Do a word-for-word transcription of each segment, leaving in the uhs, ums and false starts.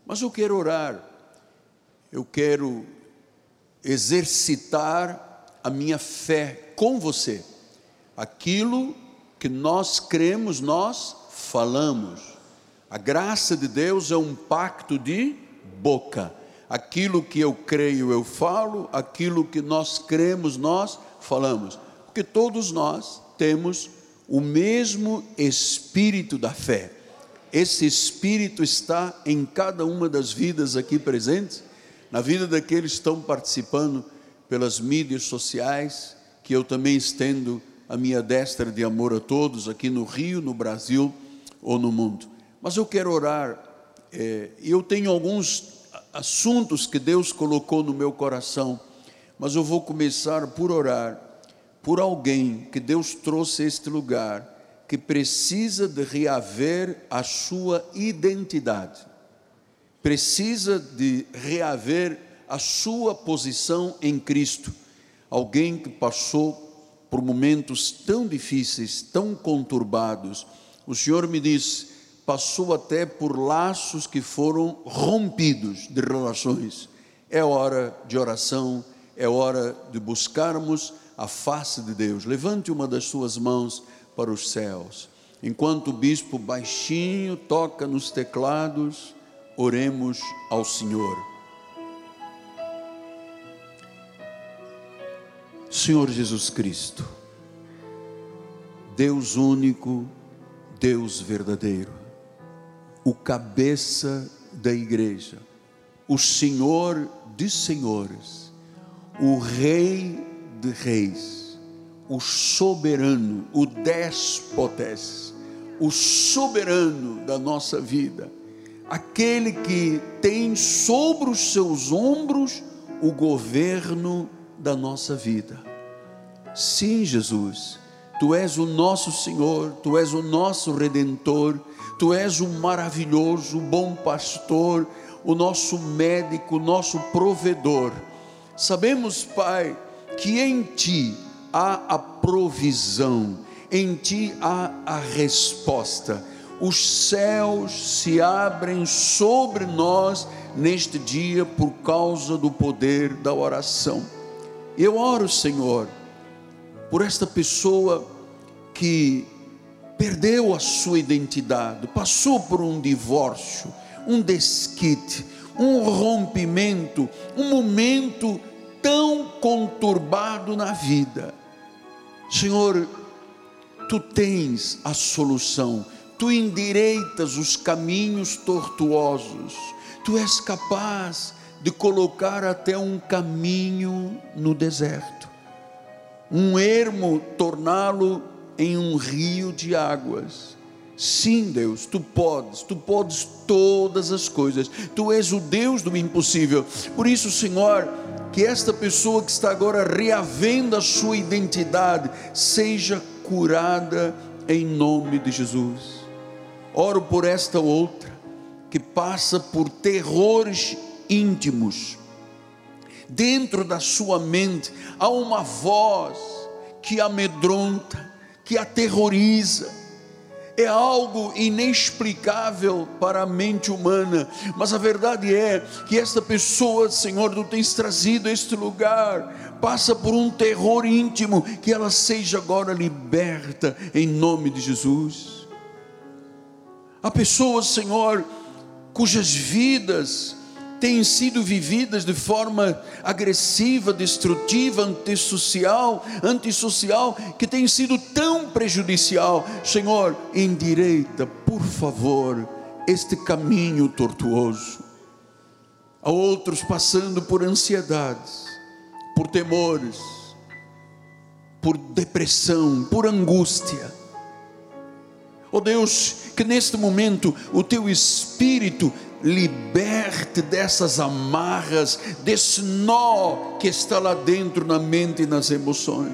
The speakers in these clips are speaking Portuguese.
Mas eu quero orar, eu quero exercitar a minha fé com você. Aquilo que nós cremos, nós falamos. A graça de Deus é um pacto de boca. Aquilo que eu creio, eu falo. Aquilo que nós cremos, nós falamos. Porque todos nós temos o mesmo espírito da fé. Esse espírito está em cada uma das vidas aqui presentes, na vida daqueles que estão participando pelas mídias sociais, que eu também estendo a minha destra de amor a todos, aqui no Rio, no Brasil ou no mundo. Mas eu quero orar, é, eu tenho alguns assuntos que Deus colocou no meu coração, mas eu vou começar por orar por alguém que Deus trouxe a este lugar, que precisa de reaver a sua identidade, precisa de reaver a sua posição em Cristo. Alguém que passou por momentos tão difíceis, tão conturbados. O Senhor me disse, passou até por laços que foram rompidos de relações. É hora de oração, é hora de buscarmos a face de Deus. Levante uma das suas mãos para os céus. Enquanto o bispo baixinho toca nos teclados, oremos ao Senhor. Senhor Jesus Cristo, Deus único, Deus verdadeiro, o cabeça da igreja, o Senhor de senhores, o Rei de reis, o soberano, o despotes, o soberano da nossa vida, aquele que tem sobre os seus ombros o governo da nossa vida. Sim, Jesus, Tu és o nosso Senhor, Tu és o nosso Redentor, Tu és o maravilhoso, bom pastor, o nosso médico, o nosso provedor. Sabemos, Pai, que em Ti há a provisão, em Ti há a resposta. Os céus se abrem sobre nós neste dia por causa do poder da oração. Eu oro, Senhor, por esta pessoa que perdeu a sua identidade, passou por um divórcio, um desquite, um rompimento, um momento tão conturbado na vida. Senhor, Tu tens a solução, Tu endireitas os caminhos tortuosos, Tu és capaz de colocar até um caminho no deserto, um ermo torná-lo em um rio de águas. Sim, Deus, Tu podes, Tu podes todas as coisas, Tu és o Deus do impossível. Por isso, Senhor, que esta pessoa que está agora reavendo a sua identidade, seja curada em nome de Jesus. Oro por esta outra, que passa por terrores íntimos, dentro da sua mente, há uma voz que amedronta, que aterroriza, é algo inexplicável para a mente humana, mas a verdade é que esta pessoa, Senhor, Tu tens trazido a este lugar, passa por um terror íntimo, que ela seja agora liberta em nome de Jesus. Há pessoas, Senhor, cujas vidas têm sido vividas de forma agressiva, destrutiva, antissocial, antissocial, que tem sido tão prejudicial. Senhor, endireita, por favor, este caminho tortuoso. Há outros passando por ansiedades, por temores, por depressão, por angústia. Oh Deus, que neste momento o Teu Espírito liberte dessas amarras, desse nó que está lá dentro na mente e nas emoções.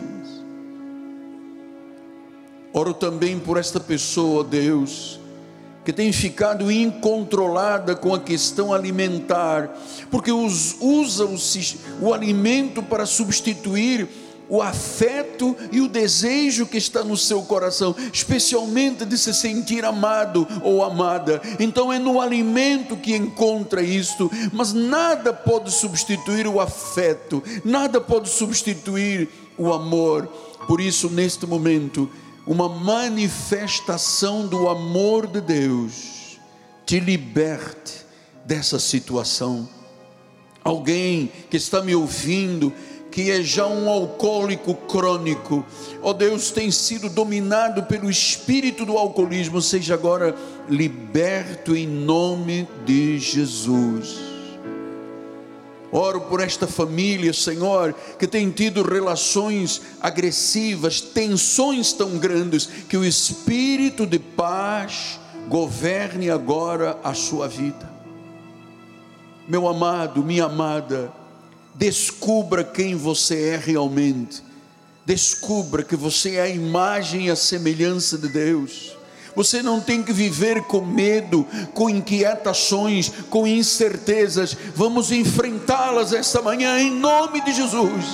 Oro também por esta pessoa, Deus, que tem ficado incontrolada com a questão alimentar, porque usa o, o alimento para substituir o afeto e o desejo que está no seu coração, especialmente de se sentir amado ou amada. Então é no alimento que encontra isto, mas nada pode substituir o afeto, nada pode substituir o amor. Por isso, neste momento, uma manifestação do amor de Deus te liberte dessa situação. Alguém que está me ouvindo, que é já um alcoólico crônico, ó Deus, tem sido dominado pelo espírito do alcoolismo, seja agora liberto em nome de Jesus. Oro por esta família, Senhor, que tem tido relações agressivas, tensões tão grandes, que o espírito de paz governe agora a sua vida. Meu amado, minha amada, descubra quem você é realmente. Descubra que você é a imagem e a semelhança de Deus. Você não tem que viver com medo, com inquietações, com incertezas. Vamos enfrentá-las esta manhã em nome de Jesus.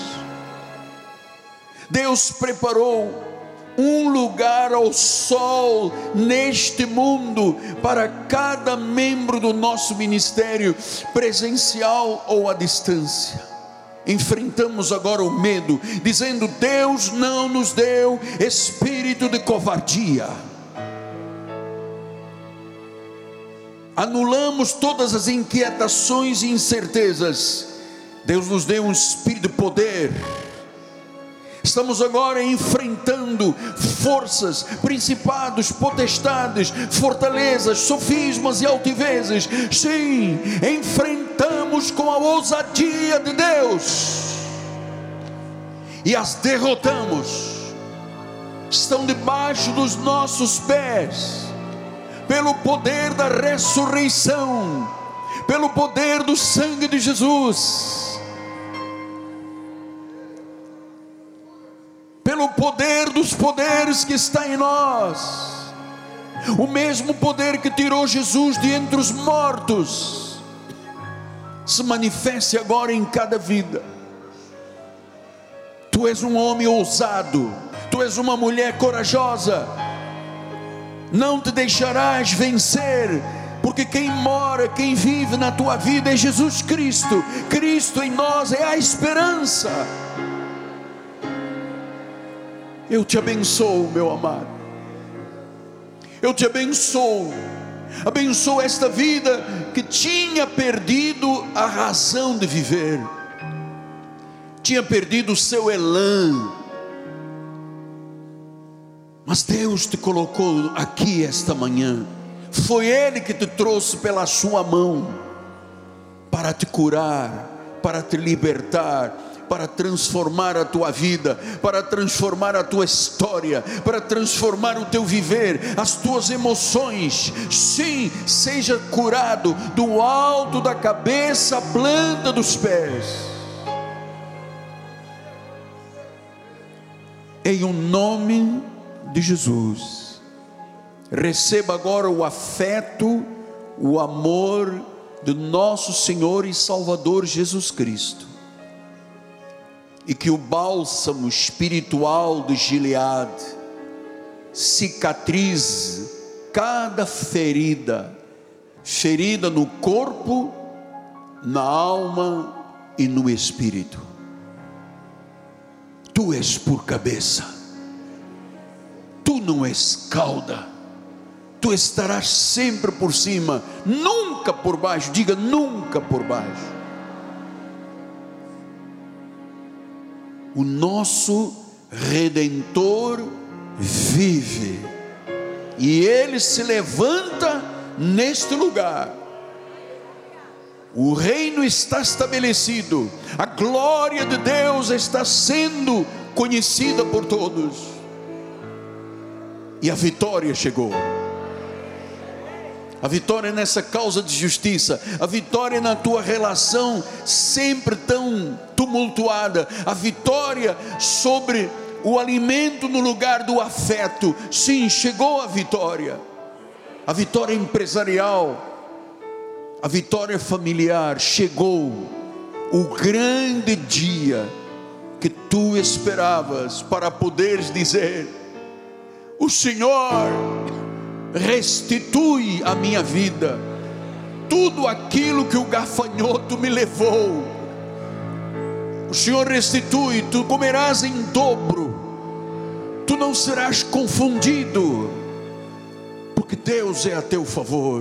Deus preparou um lugar ao sol neste mundo para cada membro do nosso ministério, presencial ou à distância. Enfrentamos agora o medo, dizendo: Deus não nos deu espírito de covardia. Anulamos todas as inquietações e incertezas. Deus nos deu um espírito de poder. Estamos agora enfrentando forças, principados, potestades, fortalezas, sofismas e altivezes. Sim, enfrentamos com a ousadia de Deus e as derrotamos. Estão debaixo dos nossos pés, pelo poder da ressurreição, pelo poder do sangue de Jesus, pelo poder dos poderes que está em nós. O mesmo poder que tirou Jesus de entre os mortos se manifeste agora em cada vida. Tu és um homem ousado, tu és uma mulher corajosa. Não te deixarás vencer, porque quem mora, quem vive na tua vida é Jesus Cristo. Cristo em nós é a esperança. Eu te abençoo, meu amado. Eu te abençoo. Abençoo esta vida que tinha perdido a razão de viver, tinha perdido o seu elan. Mas Deus te colocou aqui esta manhã. Foi Ele que te trouxe pela sua mão para te curar, para te libertar, para transformar a tua vida, para transformar a tua história, para transformar o teu viver, as tuas emoções. Sim, seja curado do alto da cabeça à planta dos pés. Em o nome de Jesus, receba agora o afeto, o amor do nosso Senhor e Salvador Jesus Cristo. E que o bálsamo espiritual de Gileade cicatrize cada ferida, ferida no corpo, na alma e no espírito. Tu és por cabeça, tu não és cauda, tu estarás sempre por cima, nunca por baixo. Diga: nunca por baixo. O nosso Redentor vive, e Ele se levanta neste lugar. O reino está estabelecido, a glória de Deus está sendo conhecida por todos, e a vitória chegou. A vitória nessa causa de justiça, a vitória na tua relação sempre tão tumultuada, a vitória sobre o alimento no lugar do afeto. Sim, chegou a vitória, a vitória empresarial, a vitória familiar. Chegou o grande dia que tu esperavas para poderes dizer: o Senhor restitui a minha vida tudo aquilo que o gafanhoto me levou. O Senhor restitui, tu comerás em dobro, tu não serás confundido, porque Deus é a teu favor.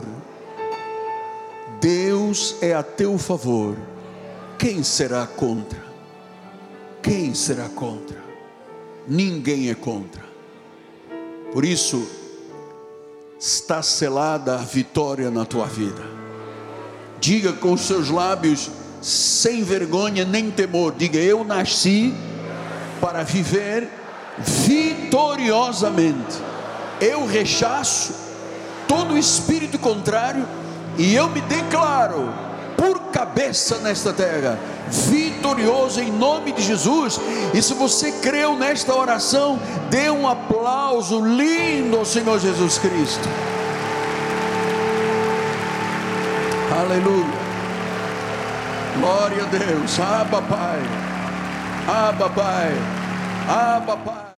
Deus é a teu favor. Quem será contra? Quem será contra? Ninguém é contra. Por isso, está selada a vitória na tua vida. Diga com os seus lábios, sem vergonha nem temor, diga: eu nasci para viver vitoriosamente. Eu rechaço todo espírito contrário e eu me declaro por cabeça nesta terra, vitorioso em nome de Jesus. E se você creu nesta oração, dê um aplauso lindo ao Senhor Jesus Cristo. Aleluia, glória a Deus. Abba Pai, Abba Pai, Abba Pai.